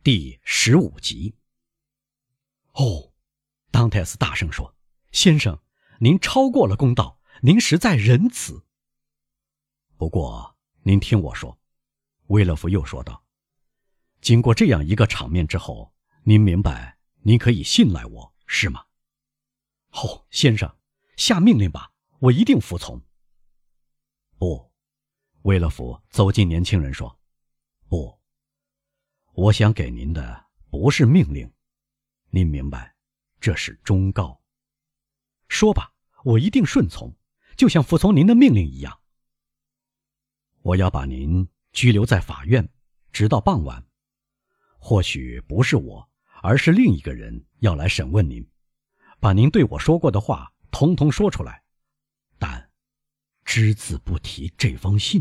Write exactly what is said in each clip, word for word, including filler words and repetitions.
第十五集。哦，当泰斯大声说：“先生，您超过了公道，您实在仁慈。”不过，您听我说，威勒福又说道，经过这样一个场面之后，您明白您可以信赖我，是吗？哦，先生，下命令吧，我一定服从。不，威勒福走近年轻人说，不，我想给您的不是命令，您明白，这是忠告。说吧，我一定顺从，就像服从您的命令一样。我要把您拘留在法院，直到傍晚。或许不是我，而是另一个人要来审问您，把您对我说过的话统统说出来，但只字不提这封信。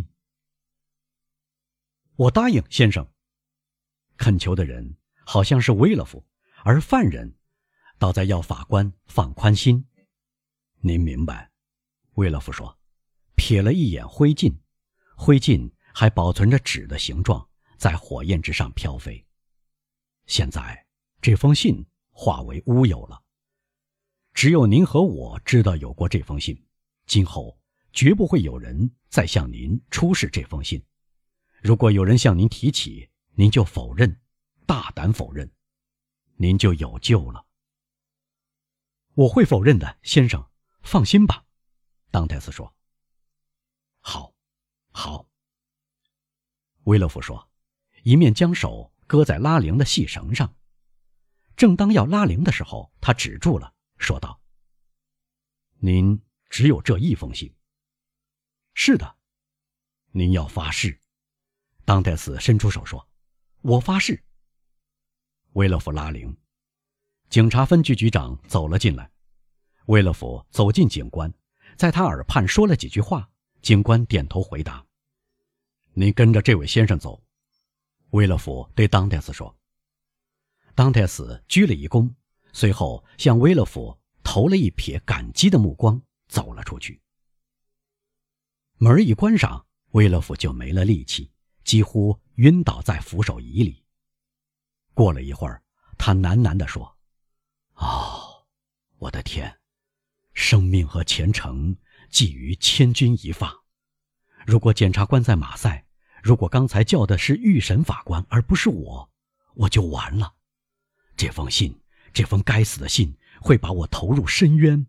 我答应，先生。恳求的人好像是威勒福，而犯人倒在要法官放宽心。您明白，威勒福说，瞥了一眼灰烬，灰烬还保存着纸的形状，在火焰之上飘飞。现在这封信化为乌有了，只有您和我知道有过这封信，今后绝不会有人再向您出示这封信。如果有人向您提起，您就否认，大胆否认，您就有救了。我会否认的，先生，放心吧，当泰斯说。好，好。威勒福说，一面将手搁在拉铃的细绳上。正当要拉铃的时候，他止住了，说道：“您只有这一封信。”是的。您要发誓。当泰斯伸出手说：“我发誓。”威勒福拉铃，警察分局局长走了进来。威勒福走进警官，在他耳畔说了几句话，警官点头回答：“您跟着这位先生走。”威勒福对当泰斯说。当泰斯鞠了一躬，随后向威勒福投了一瞥感激的目光，走了出去。门一关上，威勒福就没了力气，几乎晕倒在扶手椅里。过了一会儿，他喃喃地说：“哦，我的天，生命和前程寄于千钧一发。如果检察官在马赛，如果刚才叫的是预审法官而不是我，我就完了。这封信，这封该死的信会把我投入深渊。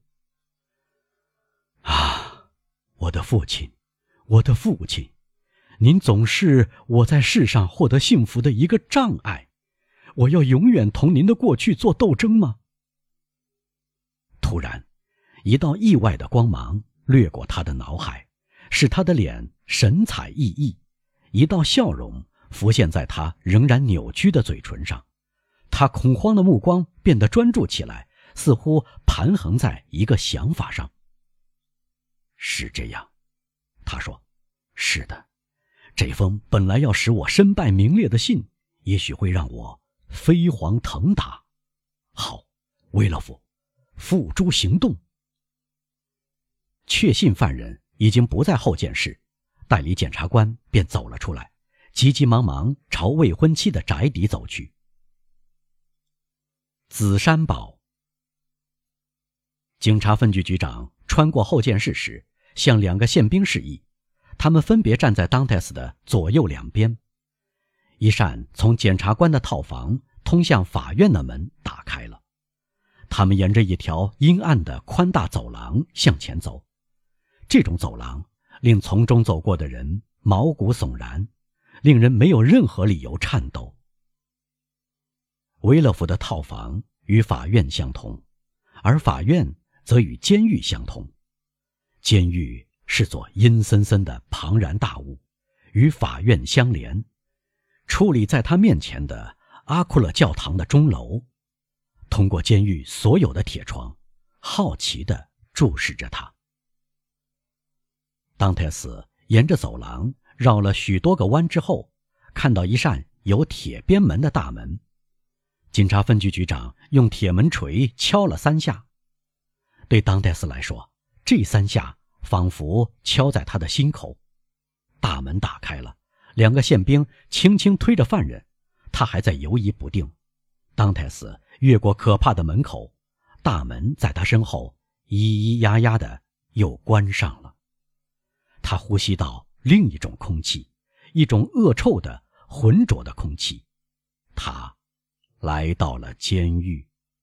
啊，我的父亲，我的父亲，您总是我在世上获得幸福的一个障碍。我要永远同您的过去做斗争吗？”突然，一道意外的光芒掠过他的脑海，使他的脸神采奕奕，一道笑容浮现在他仍然扭曲的嘴唇上。他恐慌的目光变得专注起来，似乎盘横在一个想法上。是这样，他说，是的，这封本来要使我身败名裂的信，也许会让我飞黄腾达。好，威勒福，付诸行动。确信犯人已经不在后见室，代理检察官便走了出来，急急忙忙朝未婚妻的宅邸走去。紫山堡。警察分局局长穿过后见室时，向两个宪兵示意，他们分别站在当泰斯的左右两边。一扇从检察官的套房通向法院的门打开了，他们沿着一条阴暗的宽大走廊向前走。这种走廊令从中走过的人毛骨悚然，令人没有任何理由颤抖。威勒福的套房与法院相同，而法院则与监狱相同。监狱是座阴森森的庞然大物，与法院相连，矗立在他面前的阿库勒教堂的钟楼，通过监狱所有的铁窗，好奇地注视着他。当泰斯沿着走廊绕了许多个弯之后，看到一扇有铁边门的大门。警察分局局长用铁门锤敲了三下。对当泰斯来说，这三下仿佛敲在他的心口。大门打开了，两个宪兵轻轻推着犯人， 他还在犹疑不定，当泰斯越过可怕的门口，大门在他身后咿咿呀呀的又关上了。他呼吸到另一种空气，一种恶臭的浑浊的空气。他来到了监狱。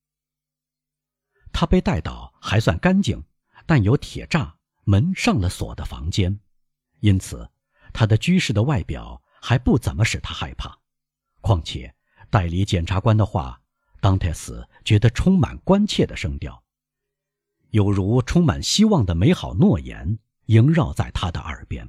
他被带到还算干净但有铁栅门上了锁的房间，因此他的居室的外表还不怎么使他害怕。况且代理检察官的话，当泰斯觉得充满关切的声调，有如充满希望的美好诺言萦绕在他的耳边。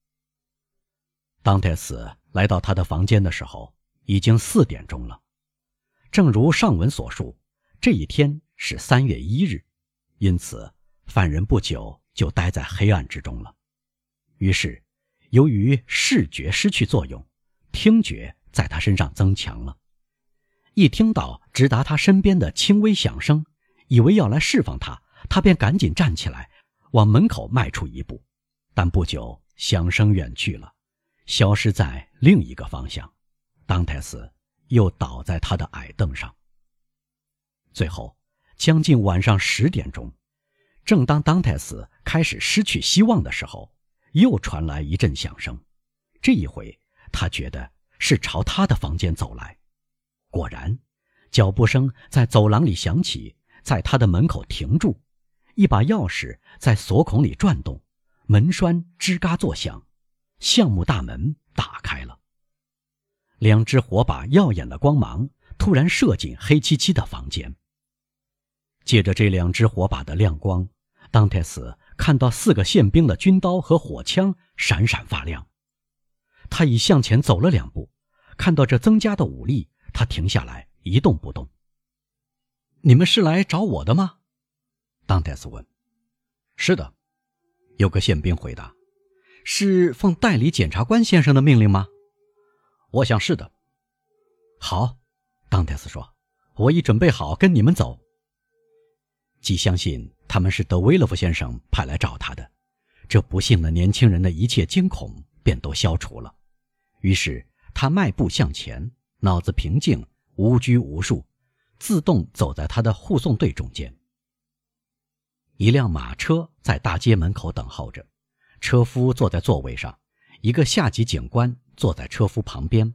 当泰斯来到他的房间的时候，已经四点钟了。正如上文所述，这一天是三月一日，因此犯人不久就待在黑暗之中了。于是由于视觉失去作用，听觉在他身上增强了。一听到直达他身边的轻微响声，以为要来释放他，他便赶紧站起来往门口迈出一步，但不久响声远去了，消失在另一个方向。当泰斯又倒在他的矮凳上。最后将近晚上十点钟，正当当泰斯开始失去希望的时候，又传来一阵响声。这一回他觉得是朝他的房间走来。果然，脚步声在走廊里响起，在他的门口停住，一把钥匙在锁孔里转动，门栓吱嘎作响，橡木大门打开了。两只火把耀眼的光芒突然射进黑漆漆的房间。借着这两只火把的亮光，当泰斯看到四个宪兵的军刀和火枪闪闪发亮。他已向前走了两步，看到这增加的武力，他停下来一动不动。你们是来找我的吗？当泰斯问。是的，有个宪兵回答。是奉代理检察官先生的命令吗？我想是的。好，当泰斯说，我已准备好跟你们走。既相信他们是德维勒夫先生派来找他的，这不幸的年轻人的一切惊恐便都消除了。于是他迈步向前，脑子平静，无拘无束，自动走在他的护送队中间。一辆马车在大街门口等候着，车夫坐在座位上，一个下级警官坐在车夫旁边。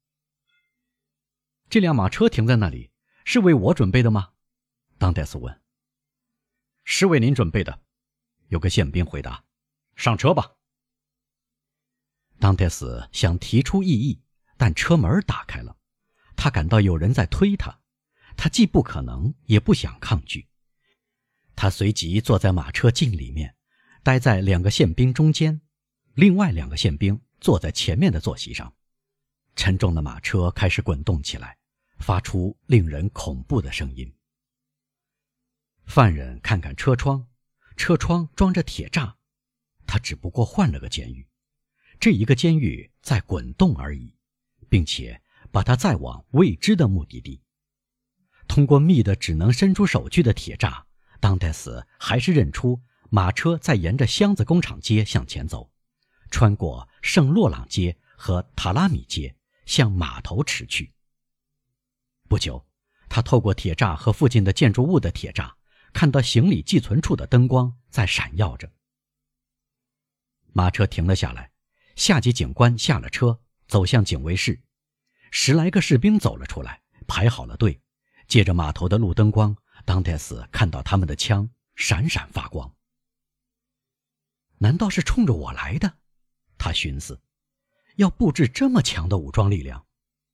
这辆马车停在那里，是为我准备的吗？当泰斯问。是为您准备的，有个宪兵回答。上车吧。当泰斯想提出异议，但车门打开了，他感到有人在推他，他既不可能也不想抗拒。他随即坐在马车镜里面，待在两个宪兵中间，另外两个宪兵坐在前面的坐席上。沉重的马车开始滚动起来，发出令人恐怖的声音。犯人看看车窗，车窗装着铁栅，他只不过换了个监狱，这一个监狱在滚动而已，并且把他载往未知的目的地。通过密的只能伸出手去的铁栅，当泰斯还是认出马车在沿着箱子工厂街向前走，穿过圣洛朗街和塔拉米街，向码头驰去。不久，他透过铁栅和附近的建筑物的铁栅，看到行李寄存处的灯光在闪耀着。马车停了下来，下级警官下了车，走向警卫室。十来个士兵走了出来，排好了队。借着码头的路灯光，当泰斯看到他们的枪闪闪发光。难道是冲着我来的？他寻思，要布置这么强的武装力量。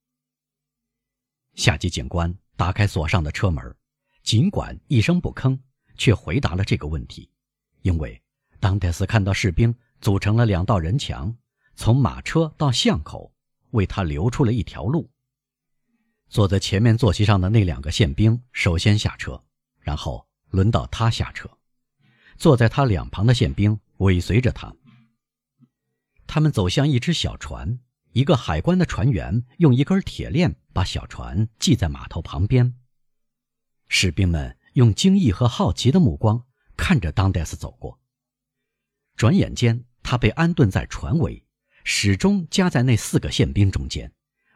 下级警官打开锁上的车门，尽管一声不吭，却回答了这个问题。因为当泰斯看到士兵组成了两道人墙，从马车到巷口，为他留出了一条路。坐在前面坐席上的那两个宪兵首先下车，然后轮到他下车。坐在他两旁的宪兵尾随着他。他们走向一只小船，一个海关的船员用一根铁链把小船系在码头旁边。士兵们用惊异和好奇的目光看着当戴斯走过。转眼间，他被安顿在船尾，始终夹在那四个宪兵中间，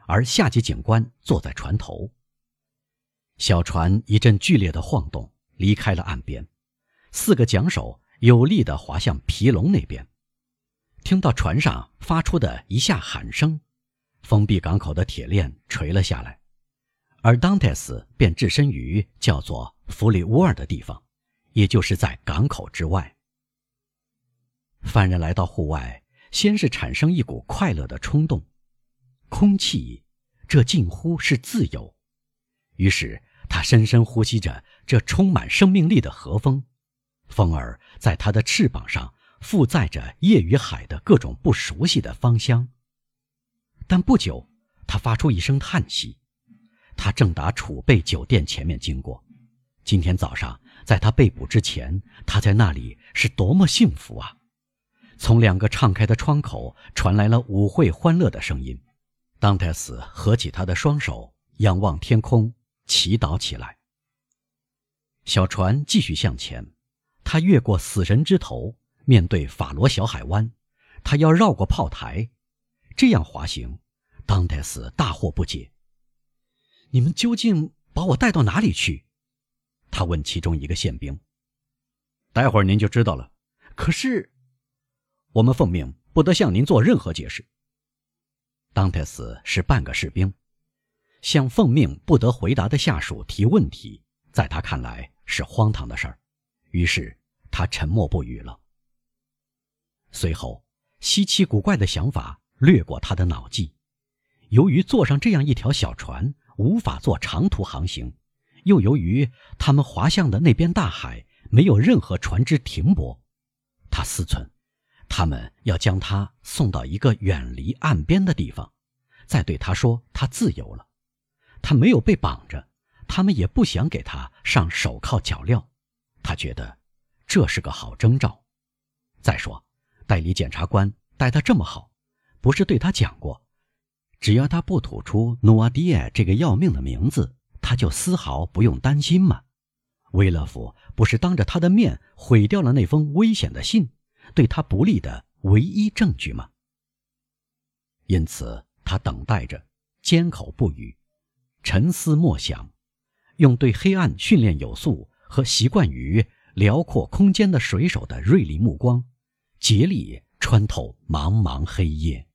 而下级警官坐在船头。小船一阵剧烈的晃动，离开了岸边，四个桨手有力地划向皮龙那边。听到船上发出的一下喊声，封闭港口的铁链垂了下来，而当泰斯便置身于叫做弗里乌尔的地方，也就是在港口之外。犯人来到户外，先是产生一股快乐的冲动，空气，这近乎是自由。于是他深深呼吸着这充满生命力的和风，风儿在他的翅膀上附载着夜与海的各种不熟悉的芳香。但不久，他发出一声叹息。他正打储备酒店前面经过，今天早上在他被捕之前，他在那里是多么幸福啊！从两个敞开的窗口传来了舞会欢乐的声音。当泰斯合起他的双手，仰望天空，祈祷起来。小船继续向前，他越过死神之头，面对法罗小海湾，他要绕过炮台。这样滑行，当泰斯大惑不解。你们究竟把我带到哪里去？他问其中一个宪兵。待会儿您就知道了。可是，我们奉命不得向您做任何解释。当泰斯是半个士兵，向奉命不得回答的下属提问题，在他看来是荒唐的事儿。于是他沉默不语了。随后，稀奇古怪的想法掠过他的脑际。由于坐上这样一条小船无法做长途航行，又由于他们划向的那边大海没有任何船只停泊，他思忖，他们要将他送到一个远离岸边的地方，再对他说他自由了。他没有被绑着，他们也不想给他上手铐脚镣。他觉得这是个好征兆。再说，代理检察官待他这么好，不是对他讲过，只要他不吐出努瓦迪埃这个要命的名字，他就丝毫不用担心吗？威勒夫不是当着他的面毁掉了那封危险的信，对他不利的唯一证据吗？因此他等待着，缄口不语，沉思默想，用对黑暗训练有素和习惯于辽阔空间的水手的锐利目光，竭力穿透茫茫黑夜。